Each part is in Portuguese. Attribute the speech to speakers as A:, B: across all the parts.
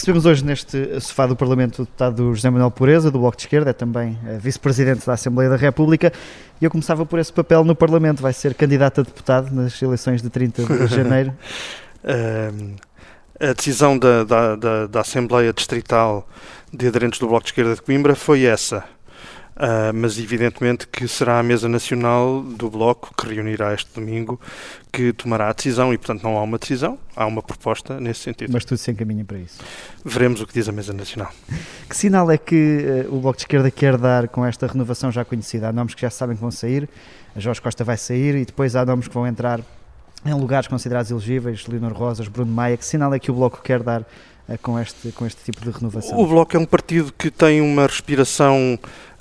A: Recebemos hoje neste sofá do Parlamento o deputado José Manuel Pureza, do Bloco de Esquerda, é também vice-presidente da Assembleia da República, e eu começava por esse papel no Parlamento. Vai ser candidato a deputado nas eleições de 30 de janeiro.
B: A decisão da Assembleia Distrital de Aderentes do Bloco de Esquerda de Coimbra foi essa. Mas evidentemente que será a mesa nacional do Bloco, que reunirá este domingo, que tomará a decisão e, portanto, não há uma decisão, há uma proposta nesse sentido.
A: Mas tudo se encaminha para isso.
B: Veremos o que diz a mesa nacional.
A: Que sinal é que o Bloco de Esquerda quer dar com esta renovação já conhecida? Há nomes que já sabem que vão sair, a Jorge Costa vai sair e depois há nomes que vão entrar em lugares considerados elegíveis, Leonor Rosas, Bruno Maia. Que sinal é que o Bloco quer dar com este tipo de renovação?
B: O Bloco é um partido que tem uma respiração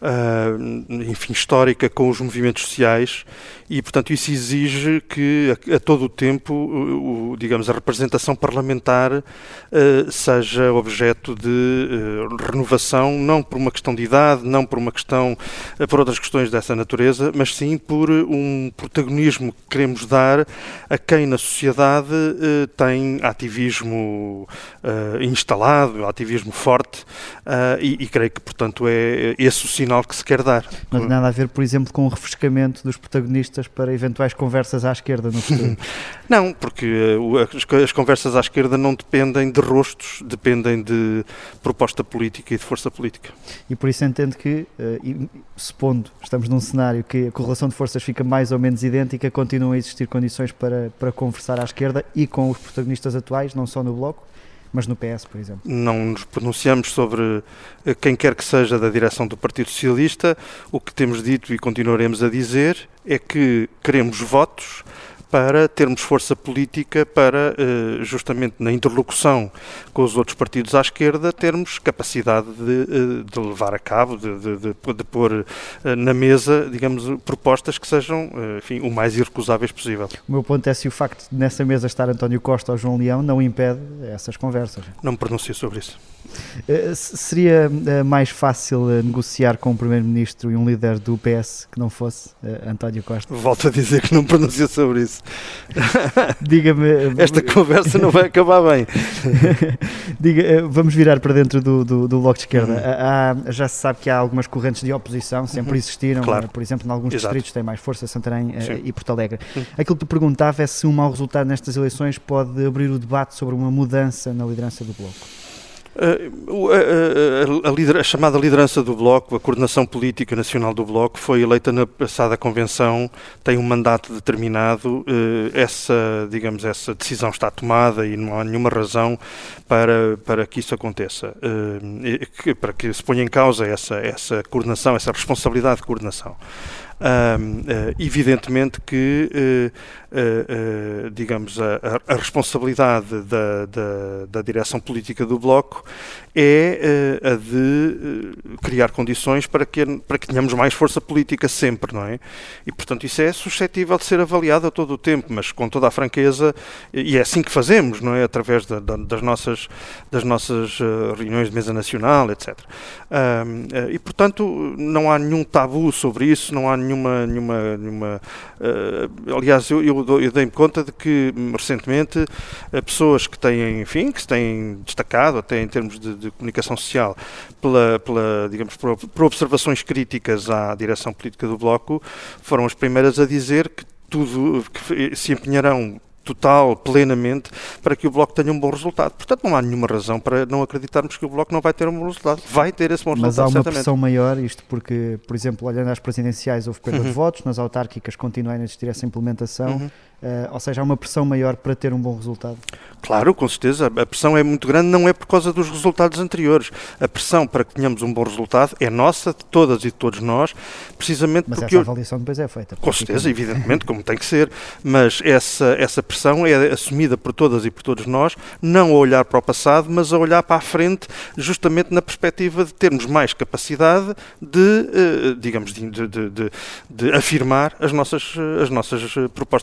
B: histórica com os movimentos sociais e, portanto, isso exige que a todo o tempo, digamos, a representação parlamentar seja objeto de renovação, não por uma questão de idade, não por uma questão, por outras questões dessa natureza, mas sim por um protagonismo que queremos dar a quem na sociedade tem ativismo instalado, ativismo forte, e creio que, portanto, é esse o sinal que se quer dar.
A: Não tem nada a ver, por exemplo, com o refrescamento dos protagonistas para eventuais conversas à esquerda no futuro?
B: Não, porque as conversas à esquerda não dependem de rostos, dependem de proposta política e de força política.
A: E por isso entendo que, supondo, estamos num cenário que a correlação de forças fica mais ou menos idêntica, continuam a existir condições para conversar à esquerda e com os protagonistas atuais, não só no Bloco, mas no PS, por exemplo.
B: Não nos pronunciamos sobre quem quer que seja da direção do Partido Socialista. O que temos dito e continuaremos a dizer é que queremos votos para termos força política para, justamente na interlocução com os outros partidos à esquerda, termos capacidade de levar a cabo, de pôr na mesa, digamos, propostas que sejam, enfim, o mais irrecusáveis possível.
A: O meu ponto é se o facto de nessa mesa estar António Costa ou João Leão não impede essas conversas.
B: Não me pronuncio sobre isso.
A: Seria mais fácil negociar com o Primeiro-Ministro e um líder do PS que não fosse António Costa?
B: Volto a dizer que não me pronuncio sobre isso.
A: Diga-me...
B: Esta conversa não vai acabar bem.
A: Vamos virar para dentro do Bloco de Esquerda. Já se sabe que há algumas correntes de oposição, sempre existiram,
B: claro.
A: Por exemplo, em alguns
B: Exato.
A: distritos tem mais força, Santarém e Porto Alegre. Aquilo que te perguntava é se um mau resultado nestas eleições pode abrir o debate sobre uma mudança na liderança do Bloco.
B: A chamada liderança do Bloco, a coordenação política nacional do Bloco, foi eleita na passada convenção, tem um mandato determinado, essa decisão está tomada e não há nenhuma razão para que isso aconteça, para que se ponha em causa essa coordenação, essa responsabilidade de coordenação. Evidentemente que, digamos, a responsabilidade da direção política do Bloco é a de criar condições para que tenhamos mais força política sempre, não é? E, portanto, isso é suscetível de ser avaliado a todo o tempo, mas com toda a franqueza, e é assim que fazemos, não é? Através das nossas reuniões de mesa nacional, etc. E, portanto, não há nenhum tabu sobre isso, não há nenhuma aliás, eu dei-me conta de que recentemente pessoas que têm, enfim, que se têm destacado até em termos de comunicação social por observações críticas à direção política do Bloco, foram as primeiras a dizer que se empenharão plenamente para que o Bloco tenha um bom resultado. Portanto, não há nenhuma razão para não acreditarmos que o Bloco não vai ter um bom resultado. Vai ter esse bom resultado,
A: mas há uma
B: certamente.
A: Pressão maior, isto porque, por exemplo, olhando às presidenciais houve perda de votos, nas autárquicas continua a existir essa implementação, ou seja, há uma pressão maior para ter um bom resultado.
B: Claro, com certeza, a pressão é muito grande, não é por causa dos resultados anteriores. A pressão para que tenhamos um bom resultado é nossa, de todas e de todos nós, precisamente
A: mas
B: porque...
A: Mas essa avaliação depois é feita.
B: Com certeza, evidentemente, como tem que ser, mas essa pressão é assumida por todas e por todos nós, não a olhar para o passado, mas a olhar para a frente, justamente na perspectiva de termos mais capacidade de afirmar as nossas propostas políticas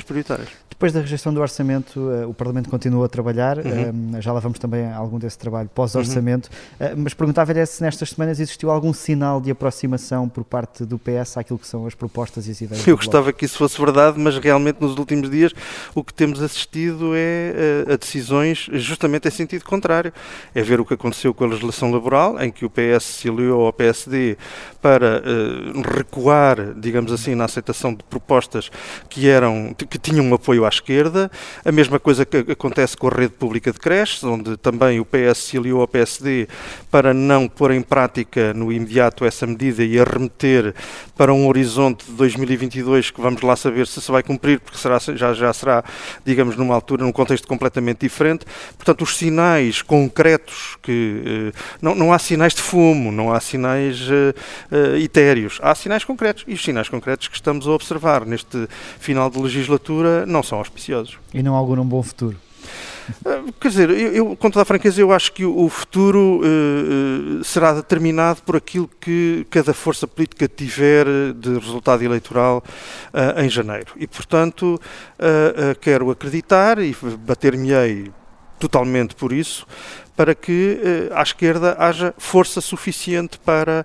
B: prioritárias.
A: Depois da rejeição do orçamento, o Parlamento continua a trabalhar, já lá vamos também a algum desse trabalho pós-orçamento, mas perguntava-lhe se nestas semanas existiu algum sinal de aproximação por parte do PS àquilo que são as propostas e as ideias.
B: Eu gostava que isso fosse verdade, mas realmente nos últimos dias o que temos assistido é a decisões justamente em sentido contrário. É ver o que aconteceu com a legislação laboral, em que o PS se aliou ao PSD para recuar, digamos assim, na aceitação de propostas que tinham um apoio à esquerda. A mesma coisa que acontece com a rede pública de creches, onde também o PS se aliou ao PSD para não pôr em prática no imediato essa medida e arremeter para um horizonte de 2022 que vamos lá saber se vai cumprir, porque já será, digamos, numa altura, num contexto completamente diferente. Portanto, os sinais concretos que não há sinais de fumo, não há sinais etéreos, há sinais concretos, e os sinais concretos que estamos a observar neste final de legislatura não são auspiciosos.
A: E não auguram um bom futuro.
B: Quer dizer, eu, com toda a franqueza, eu acho que o futuro será determinado por aquilo que cada força política tiver de resultado eleitoral em janeiro. E, portanto, quero acreditar e bater-me-ei totalmente por isso, para que à esquerda haja força suficiente para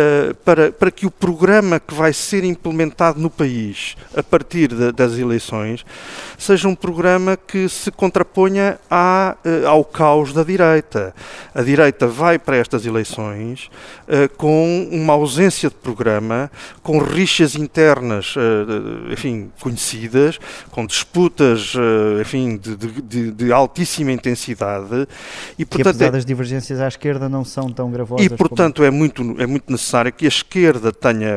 B: que o programa que vai ser implementado no país a partir das eleições seja um programa que se contraponha ao caos da direita. A direita vai para estas eleições com uma ausência de programa, com rixas internas, enfim, conhecidas, com disputas, enfim, de altíssima intensidade, e
A: portanto, apesar das divergências à esquerda não são tão gravosas.
B: E, portanto, é muito necessário que a esquerda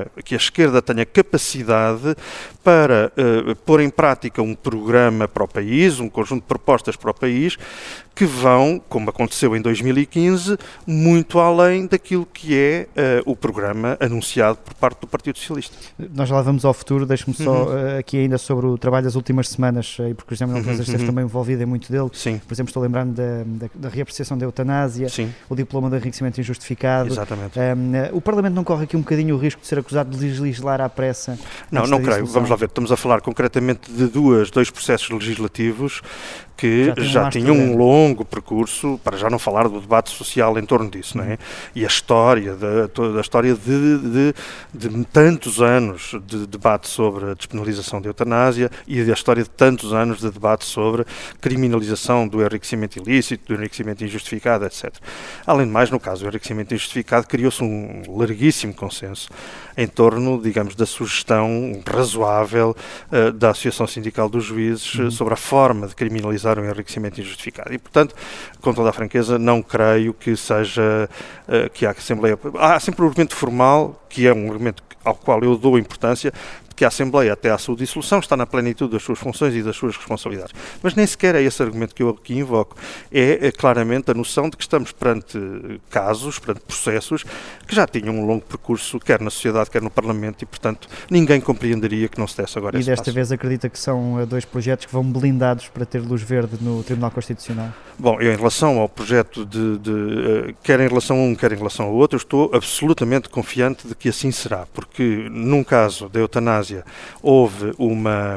B: tenha capacidade para pôr em prática um programa para o país, um conjunto de propostas para o país, que vão, como aconteceu em 2015, muito além daquilo que é o programa anunciado por parte do Partido Socialista.
A: Nós já lá vamos ao futuro, deixe-me só aqui ainda sobre o trabalho das últimas semanas, porque o José Manuel Francisco esteve também envolvido em muito dele.
B: Sim.
A: Por exemplo, estou lembrando da reapreciação da eutanásia,
B: sim,
A: o diploma de enriquecimento injustificado.
B: Exatamente.
A: O Parlamento não corre aqui um bocadinho o risco de ser acusado de legislar à pressa?
B: Não creio. Vamos lá ver. Estamos a falar concretamente de dois processos legislativos que já tinham um longo percurso, para já não falar do debate social em torno disso, não é? E a história, toda a história de tantos anos de debate sobre a despenalização da eutanásia e a história de tantos anos de debate sobre criminalização do enriquecimento ilícito, do enriquecimento injustificado, etc. Além de mais, no caso do enriquecimento injustificado, criou-se um larguíssimo consenso em torno, digamos, da sugestão razoável da Associação Sindical dos Juízes sobre a forma de criminalizar o enriquecimento injustificado. E, portanto, com toda a franqueza, não creio que seja que a Assembleia... Há sempre um argumento formal, que é um argumento ao qual eu dou importância, que a Assembleia, até à sua dissolução, está na plenitude das suas funções e das suas responsabilidades. Mas nem sequer é esse argumento que eu aqui invoco. É claramente a noção de que estamos perante casos, perante processos, que já tinham um longo percurso, quer na sociedade, quer no Parlamento, e, portanto, ninguém compreenderia que não se desse agora esse passo.
A: E desta vez acredita que são dois projetos que vão blindados para ter luz verde no Tribunal Constitucional?
B: Bom, eu, em relação ao projeto quer em relação a um, quer em relação ao outro, eu estou absolutamente confiante de que assim será, porque num caso da eutanásia houve uma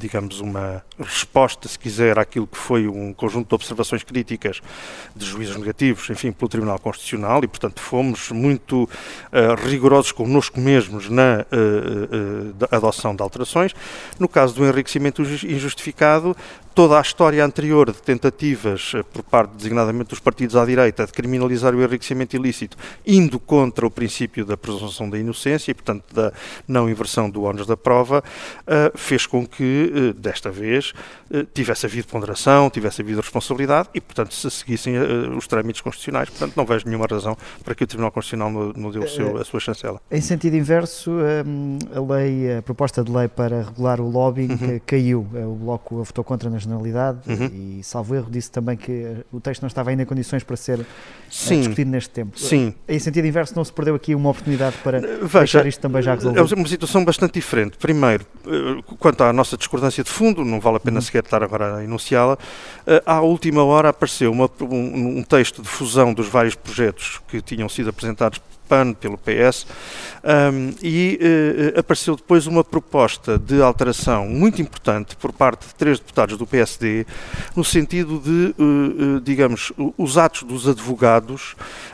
B: resposta, se quiser, àquilo que foi um conjunto de observações críticas de juízos negativos, enfim, pelo Tribunal Constitucional, e, portanto, fomos muito rigorosos connosco mesmos na adoção de alterações. No caso do enriquecimento injustificado, toda a história anterior de tentativas por parte, designadamente, dos partidos à direita de criminalizar o enriquecimento ilícito, indo contra o princípio da presunção da inocência e, portanto, da não inversão do ónus da prova, fez com que, desta vez, tivesse havido ponderação, tivesse havido responsabilidade e, portanto, se seguissem os trâmites constitucionais. Portanto, não vejo nenhuma razão para que o Tribunal Constitucional não dê a sua chancela.
A: Em sentido inverso, a proposta de lei para regular o lobbying caiu. O Bloco votou contra na generalidade e, salvo erro, disse também que o texto não estava ainda em condições para ser discutido neste tempo.
B: Sim.
A: Em sentido inverso, não se perdeu aqui uma oportunidade para deixar isto também já resolvido?
B: É uma situação bastante diferente. Primeiro, quanto à nossa discordância de fundo, não vale a pena sequer estar agora a enunciá-la, à última hora apareceu um texto de fusão dos vários projetos que tinham sido apresentados PAN, pelo PS, e apareceu depois uma proposta de alteração muito importante por parte de 3 deputados do PSD, no sentido de, digamos, os atos dos advogados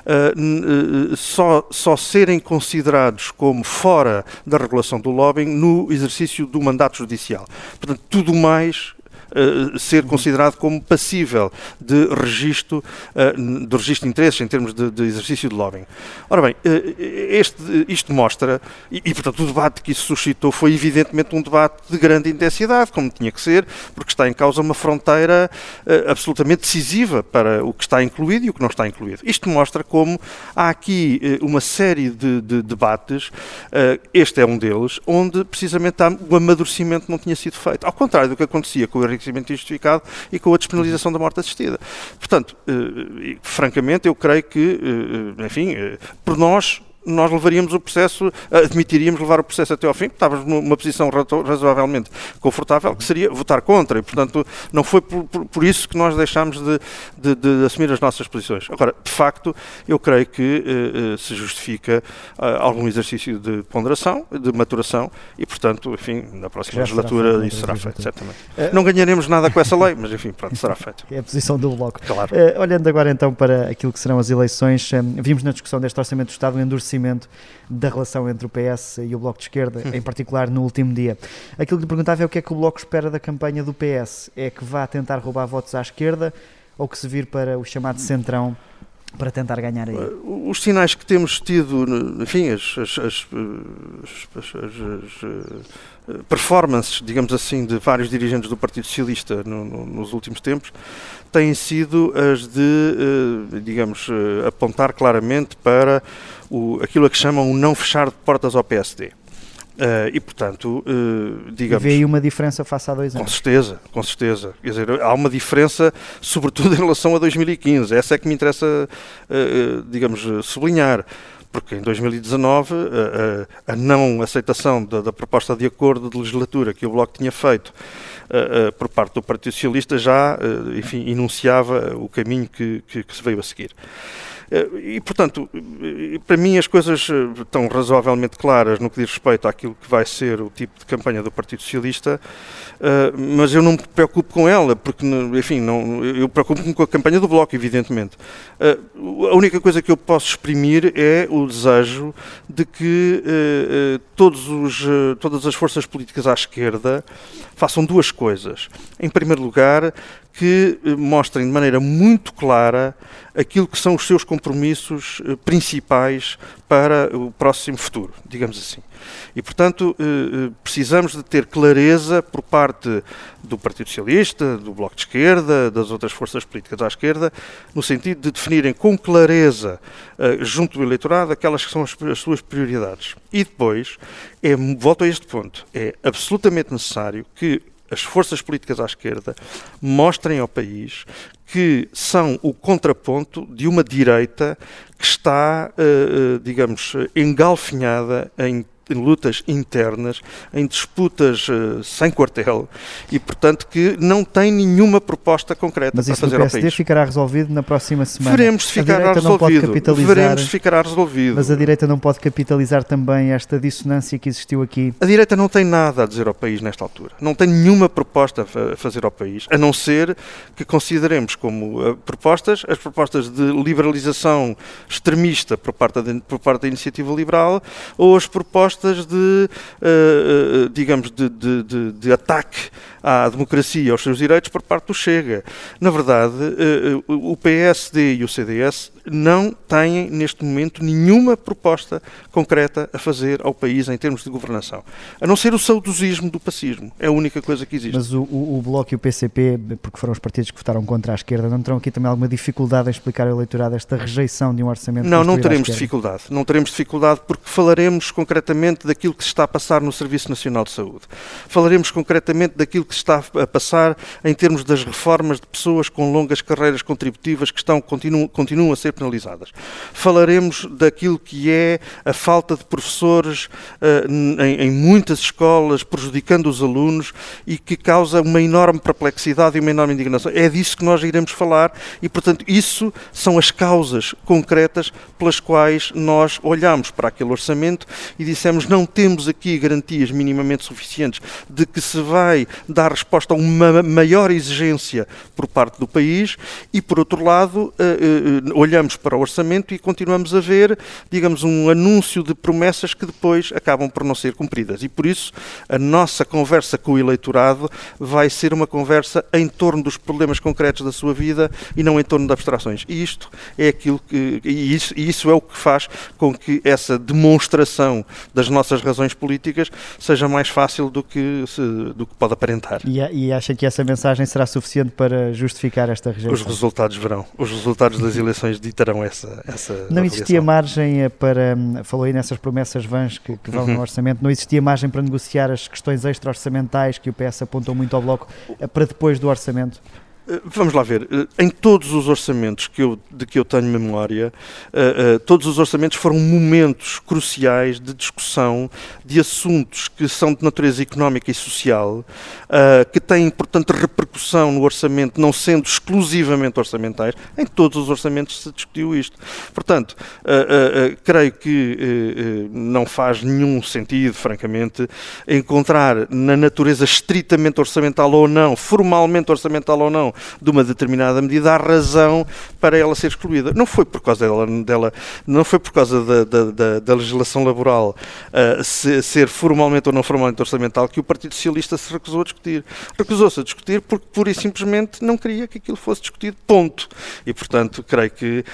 B: só serem considerados como fora da regulação do lobbying no exercício do mandato judicial. Portanto, tudo mais ser considerado como passível de registro de interesses em termos de exercício de lobbying. Ora bem, isto mostra, e portanto o debate que isso suscitou foi evidentemente um debate de grande intensidade, como tinha que ser, porque está em causa uma fronteira absolutamente decisiva para o que está incluído e o que não está incluído. Isto mostra como há aqui uma série de debates, este é um deles, onde precisamente o amadurecimento não tinha sido feito. Ao contrário do que acontecia com o enriquecimento injustificado e com a despenalização da morte assistida. Portanto, francamente, eu creio que, enfim, por nós levaríamos o processo, admitiríamos levar o processo até ao fim, porque estávamos numa posição razoavelmente confortável, que seria votar contra, e portanto não foi por isso que nós deixámos de assumir as nossas posições. Agora, de facto, eu creio que se justifica algum exercício de ponderação, de maturação, e portanto, enfim, na próxima legislatura isso será feito, certamente. Não ganharemos nada com essa lei, mas enfim, pronto, será feito.
A: É a posição do Bloco.
B: Claro.
A: Olhando agora então para aquilo que serão as eleições, vimos na discussão deste Orçamento do Estado o endurecimento da relação entre o PS e o Bloco de Esquerda, em particular no último dia. Aquilo que lhe perguntava é o que é que o Bloco espera da campanha do PS? É que vá tentar roubar votos à esquerda ou que se vir para o chamado centrão para tentar ganhar aí?
B: Os sinais que temos tido, enfim, as performances, digamos assim, de vários dirigentes do Partido Socialista nos últimos tempos, têm sido as de, digamos, apontar claramente para aquilo a que chamam o não fechar de portas ao PSD. E, portanto, digamos...
A: E vê aí uma diferença face a 2 anos?
B: Com certeza. Quer dizer, há uma diferença, sobretudo em relação a 2015. Essa é que me interessa, digamos, sublinhar. Porque em 2019 a não aceitação da proposta de acordo de legislatura que o Bloco tinha feito por parte do Partido Socialista já, enfim, enunciava o caminho que se veio a seguir. E, portanto, para mim as coisas estão razoavelmente claras no que diz respeito àquilo que vai ser o tipo de campanha do Partido Socialista, mas eu não me preocupo com ela, porque, enfim, eu preocupo-me com a campanha do Bloco, evidentemente. A única coisa que eu posso exprimir é o desejo de que todas as forças políticas à esquerda façam 2 coisas. Em primeiro lugar, que mostrem de maneira muito clara aquilo que são os seus compromissos principais para o próximo futuro, digamos assim. E, portanto, precisamos de ter clareza por parte do Partido Socialista, do Bloco de Esquerda, das outras forças políticas à esquerda, no sentido de definirem com clareza, junto do eleitorado, aquelas que são as suas prioridades. E depois, volto a este ponto, é absolutamente necessário que as forças políticas à esquerda mostrem ao país que são o contraponto de uma direita que está, digamos, engalfinhada em lutas internas, em disputas sem quartel e, portanto, que não tem nenhuma proposta concreta para fazer ao país. Mas isso do PSD
A: ficará resolvido na próxima semana.
B: Veremos se ficará resolvido.
A: Mas a direita não pode capitalizar também esta dissonância que existiu aqui?
B: A direita não tem nada a dizer ao país nesta altura. Não tem nenhuma proposta a fazer ao país, a não ser que consideremos como propostas as propostas de liberalização extremista por parte da Iniciativa Liberal ou as propostas de, digamos, de ataque à democracia e aos seus direitos por parte do Chega. Na verdade, o PSD e o CDS não têm, neste momento, nenhuma proposta concreta a fazer ao país em termos de governação. A não ser o saudosismo do pacismo. É a única coisa que existe.
A: Mas o Bloco e o PCP, porque foram os partidos que votaram contra a esquerda, não terão aqui também alguma dificuldade em explicar ao eleitorado esta rejeição de um orçamento?
B: Não teremos dificuldade. Não teremos dificuldade porque falaremos concretamente daquilo que se está a passar no Serviço Nacional de Saúde. Falaremos concretamente daquilo que se está a passar em termos das reformas de pessoas com longas carreiras contributivas que continuam a ser penalizadas. Falaremos daquilo que é a falta de professores em muitas escolas, prejudicando os alunos e que causa uma enorme perplexidade e uma enorme indignação. É disso que nós iremos falar e, portanto, isso são as causas concretas pelas quais nós olhamos para aquele orçamento e dissemos não temos aqui garantias minimamente suficientes de que se vai dar resposta a uma maior exigência por parte do país e, por outro lado, olhamos para o orçamento e continuamos a ver, digamos, um anúncio de promessas que depois acabam por não ser cumpridas. E, por isso, a nossa conversa com o eleitorado vai ser uma conversa em torno dos problemas concretos da sua vida e não em torno de abstrações. E isto é aquilo que... E isso é o que faz com que essa demonstração das nossas razões políticas seja mais fácil do que pode aparentar.
A: E acha que essa mensagem será suficiente para justificar esta rejeição?
B: Os resultados verão. Os resultados das eleições ditarão essa
A: Não
B: avaliação.
A: existia margem para... Falou aí nessas promessas vãs que vão no orçamento. Não existia margem para negociar as questões extra-orçamentais que o PS apontou muito ao Bloco para depois do orçamento?
B: Vamos lá ver, em todos os orçamentos de que eu tenho memória, todos os orçamentos foram momentos cruciais de discussão de assuntos que são de natureza económica e social, que têm, portanto, repercussão no orçamento, não sendo exclusivamente orçamentais. Em todos os orçamentos se discutiu isto. Portanto, creio que não faz nenhum sentido, francamente, encontrar na natureza estritamente orçamental ou não, formalmente orçamental ou não, de uma determinada medida, a razão para ela ser excluída. Não foi por causa dela não foi por causa da legislação laboral ser formalmente ou não formalmente orçamental que o Partido Socialista se recusou a discutir. Recusou-se a discutir porque pura e simplesmente não queria que aquilo fosse discutido, ponto. E, portanto, creio que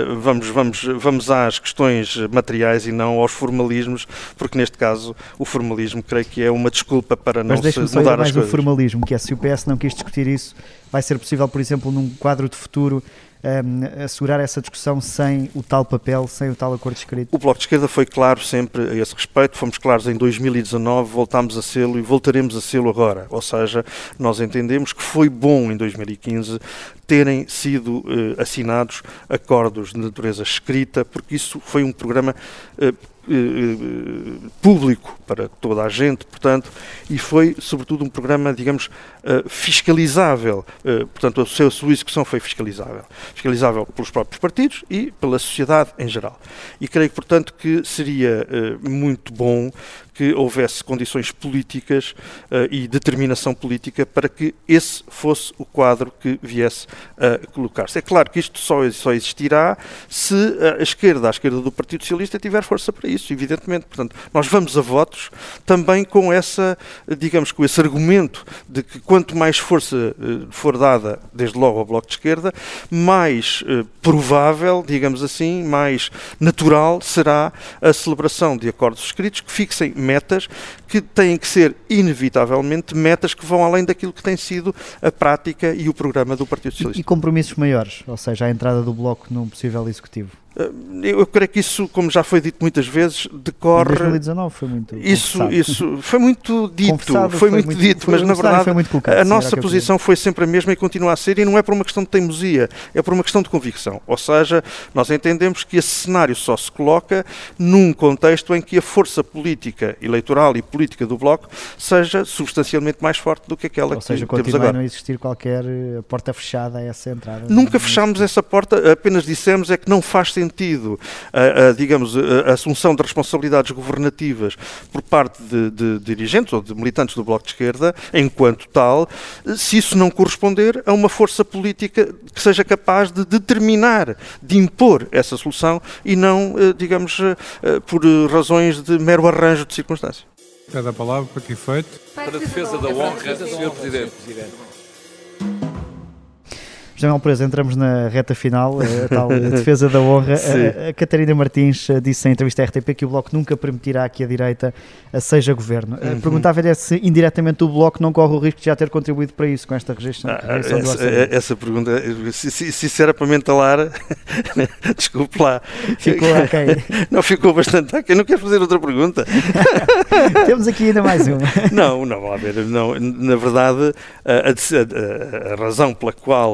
B: vamos às questões materiais e não aos formalismos, porque neste caso o formalismo creio que é uma desculpa para não se mudar as coisas. Mas deixe-me só ir mais
A: o formalismo, que é se o PS não quis discutir isso, vai ser possível, por exemplo, num quadro de futuro, assegurar essa discussão sem o tal papel, sem o tal acordo escrito?
B: O Bloco de Esquerda foi claro sempre a esse respeito, fomos claros em 2019, voltámos a sê-lo e voltaremos a sê-lo agora. Ou seja, nós entendemos que foi bom em 2015 terem sido assinados acordos de natureza escrita, porque isso foi um programa público para toda a gente, portanto, e foi, sobretudo, um programa, digamos, fiscalizável. Portanto, a sua execução foi fiscalizável. Fiscalizável pelos próprios partidos e pela sociedade em geral. E creio, portanto, que seria muito bom que houvesse condições políticas e determinação política para que esse fosse o quadro que viesse a colocar-se. É claro que isto só existirá se a esquerda do Partido Socialista tiver força para isso, evidentemente. Portanto, nós vamos a votos também com essa, digamos, com esse argumento de que quanto mais força for dada, desde logo ao Bloco de Esquerda, mais provável, digamos assim, mais natural será a celebração de acordos escritos que fixem metas que têm que ser, inevitavelmente, metas que vão além daquilo que tem sido a prática e o programa do Partido Socialista.
A: E compromissos maiores, ou seja, a entrada do Bloco num possível executivo?
B: Eu creio que isso, como já foi dito muitas vezes, decorre...
A: Em 2019 foi muito
B: Isso foi muito dito, foi muito dito, mas na verdade a nossa posição foi sempre a mesma e continua a ser, e não é por uma questão de teimosia, é por uma questão de convicção. Ou seja, nós entendemos que esse cenário só se coloca num contexto em que a força política, eleitoral e política do Bloco seja substancialmente mais forte do que aquela que temos agora.
A: Ou seja, continua a não existir qualquer porta fechada a essa entrada?
B: Nunca fechámos essa porta, apenas dissemos é que não faz sentido, digamos, a assunção de responsabilidades governativas por parte de dirigentes ou de militantes do Bloco de Esquerda, enquanto tal, se isso não corresponder a uma força política que seja capaz de determinar, de impor essa solução e não, digamos, por razões de mero arranjo de circunstâncias.
C: Pede a palavra para que efeito?
D: Para a defesa da honra, Sr. Presidente.
A: José Manuel Pereira, entramos na reta final, a tal defesa da honra. A Catarina Martins disse em entrevista à RTP que o Bloco nunca permitirá que a direita seja governo. Perguntava-lhe se indiretamente o Bloco não corre o risco de já ter contribuído para isso, com esta rejeição do orçamento.
B: Essa pergunta, se isso era para me entalar, desculpe lá.
A: Ficou aquém.
B: Não, ficou bastante aquém. Não quer fazer outra pergunta?
A: Temos aqui ainda mais uma.
B: Não, vamos lá ver. Não, na verdade, a razão pela qual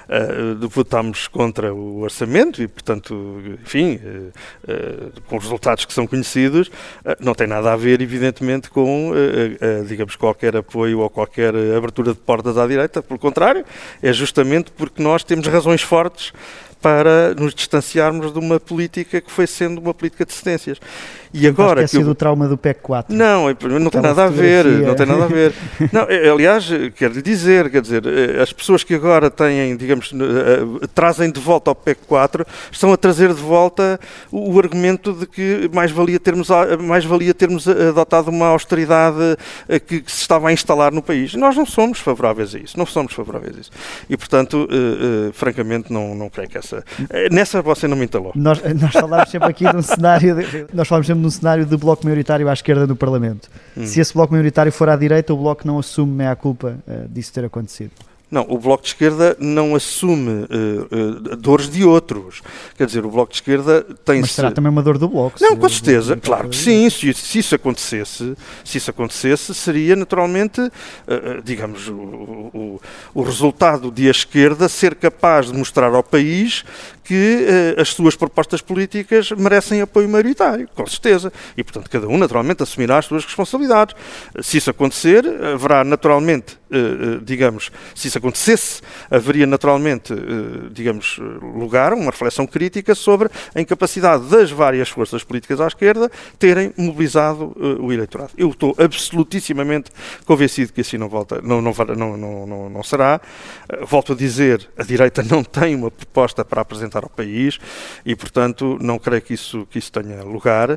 B: votámos contra o orçamento e, portanto, enfim, com os resultados que são conhecidos, não tem nada a ver, evidentemente, com, digamos, qualquer apoio ou qualquer abertura de portas à direita. Pelo contrário, é justamente porque nós temos razões fortes para nos distanciarmos de uma política que foi sendo uma política de cedências. E agora
A: que o trauma do PEC 4.
B: Não tem nada a ver, não tem nada a ver. Não, aliás, quero-lhe dizer, quer dizer, as pessoas que agora têm, digamos, trazem de volta ao PEC 4, estão a trazer de volta o argumento de que mais valia termos adotado uma austeridade que se estava a instalar no país. Nós não somos favoráveis a isso, E, portanto, francamente, não creio que nessa você não me entalou.
A: Nós falámos sempre aqui de um cenário de bloco maioritário à esquerda no Parlamento. Se esse bloco maioritário for à direita, o bloco não assume meia culpa disso ter acontecido.
B: Não, o Bloco de Esquerda não assume dores de outros. Quer dizer, o Bloco de Esquerda tem...
A: Mas será também uma dor do Bloco?
B: Não, com certeza, claro que sim. Se isso acontecesse, seria naturalmente, digamos, o resultado de a esquerda ser capaz de mostrar ao país que as suas propostas políticas merecem apoio maioritário, com certeza. E, portanto, cada um naturalmente assumirá as suas responsabilidades. Se isso acontecer, haverá naturalmente, digamos, se isso acontecesse, haveria naturalmente, digamos, lugar a uma reflexão crítica sobre a incapacidade das várias forças políticas à esquerda terem mobilizado o eleitorado. Eu estou absolutissimamente convencido que assim não será. Volto a dizer, a direita não tem uma proposta para apresentar ao país e, portanto, não creio que isso tenha lugar.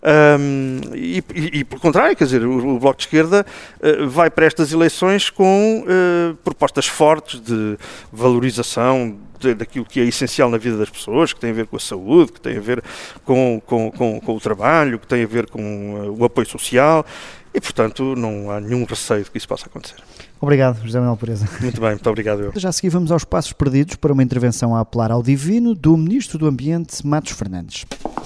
B: E pelo contrário, quer dizer, o Bloco de Esquerda vai para estas eleições com propostas fortes de valorização daquilo que é essencial na vida das pessoas, que tem a ver com a saúde, que tem a ver com o trabalho, que tem a ver com o apoio social e, portanto, não há nenhum receio de que isso possa acontecer.
A: Obrigado, José Manuel Pureza.
B: Muito bem, muito obrigado.
A: Já a seguir vamos aos passos perdidos para uma intervenção a apelar ao divino do Ministro do Ambiente, Matos Fernandes.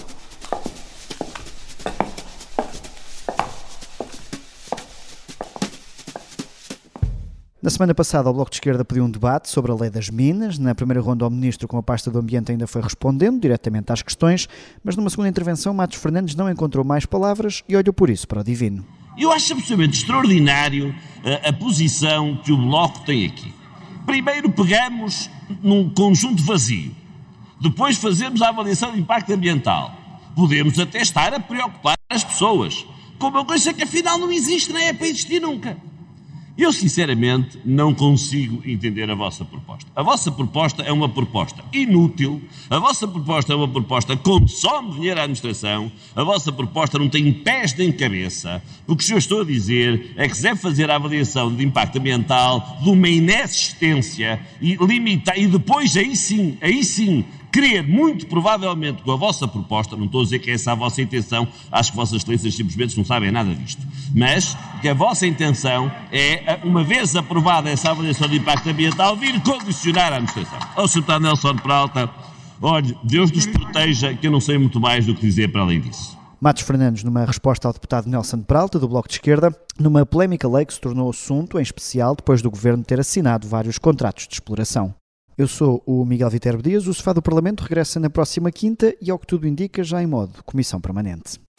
A: Na semana passada, o Bloco de Esquerda pediu um debate sobre a lei das minas. Na primeira ronda, o Ministro com a pasta do Ambiente ainda foi respondendo diretamente às questões, mas numa segunda intervenção, Matos Fernandes não encontrou mais palavras e olhou por isso para o divino.
E: Eu acho absolutamente extraordinário a posição que o Bloco tem aqui. Primeiro pegamos num conjunto vazio, depois fazemos a avaliação de impacto ambiental. Podemos até estar a preocupar as pessoas com uma coisa que afinal não existe, nem é para existir nunca. Eu, sinceramente, não consigo entender a vossa proposta. A vossa proposta é uma proposta inútil, a vossa proposta é uma proposta que consome dinheiro à administração, a vossa proposta não tem pés nem cabeça, o que eu estou a dizer é que se deve fazer a avaliação de impacto ambiental de uma inexistência e limitar, e depois, aí sim, querer, muito provavelmente, com a vossa proposta, não estou a dizer que essa é a vossa intenção, acho que vossas excelências simplesmente não sabem nada disto, mas que a vossa intenção é, uma vez aprovada essa avaliação de impacto ambiental, vir condicionar a administração. Ao Sr. Deputado Nelson Peralta, olhe, Deus nos proteja, que eu não sei muito mais do que dizer para além disso.
A: Matos Fernandes, numa resposta ao deputado Nelson Peralta, do Bloco de Esquerda, numa polémica lei que se tornou assunto, em especial depois do Governo ter assinado vários contratos de exploração. Eu sou o Miguel Viterbo Dias, o Sofá do Parlamento regressa na próxima quinta e, ao que tudo indica, já em modo Comissão Permanente.